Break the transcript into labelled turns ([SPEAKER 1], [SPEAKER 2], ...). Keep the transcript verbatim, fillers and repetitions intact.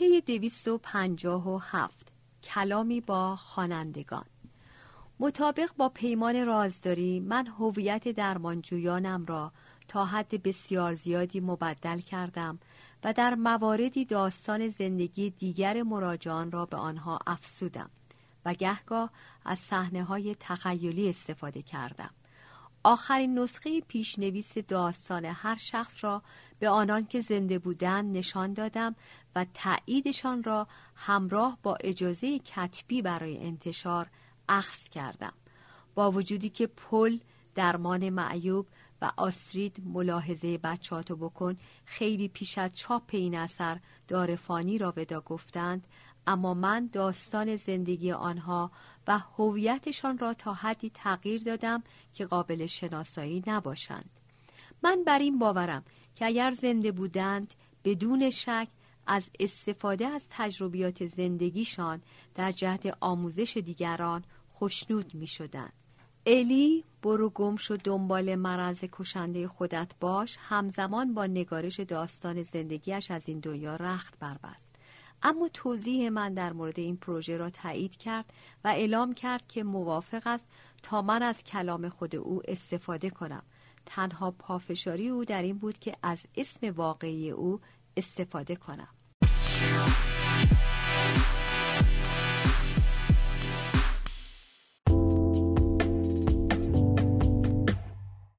[SPEAKER 1] صفحه دویست و پنجاه و هفت. کلامی با خوانندگان. مطابق با پیمان رازداری من هویت درمانجویانم را تا حد بسیار زیادی مبدل کردم و در مواردی داستان زندگی دیگر مراجعان را به آنها افزودم و گهگاه از صحنه‌های تخیلی استفاده کردم. آخرین نسخه پیشنویس داستان هر شخص را به آنان که زنده بودند نشان دادم و تأییدشان را همراه با اجازه کتبی برای انتشار اخذ کردم. با وجودی که پل، درمان معیوب و آسترید ملاحظه بچه‌هاتو بکن خیلی پیش از چاپ این اثر دارفانی را ودا گفتند، اما من داستان زندگی آنها و هویتشان را تا حدی تغییر دادم که قابل شناسایی نباشند. من بر این باورم که اگر زنده بودند بدون شک از استفاده از تجربیات زندگیشان در جهت آموزش دیگران خوشنود می شدند. الی برو گم شو دنبال مرض کشنده خودت باش همزمان با نگارش داستان زندگیش از این دنیا رخت بربست. اما توضیح من در مورد این پروژه را تایید کرد و اعلام کرد که موافق است تا من از کلام خود او استفاده کنم. تنها پافشاری او در این بود که از اسم واقعی او استفاده کنم.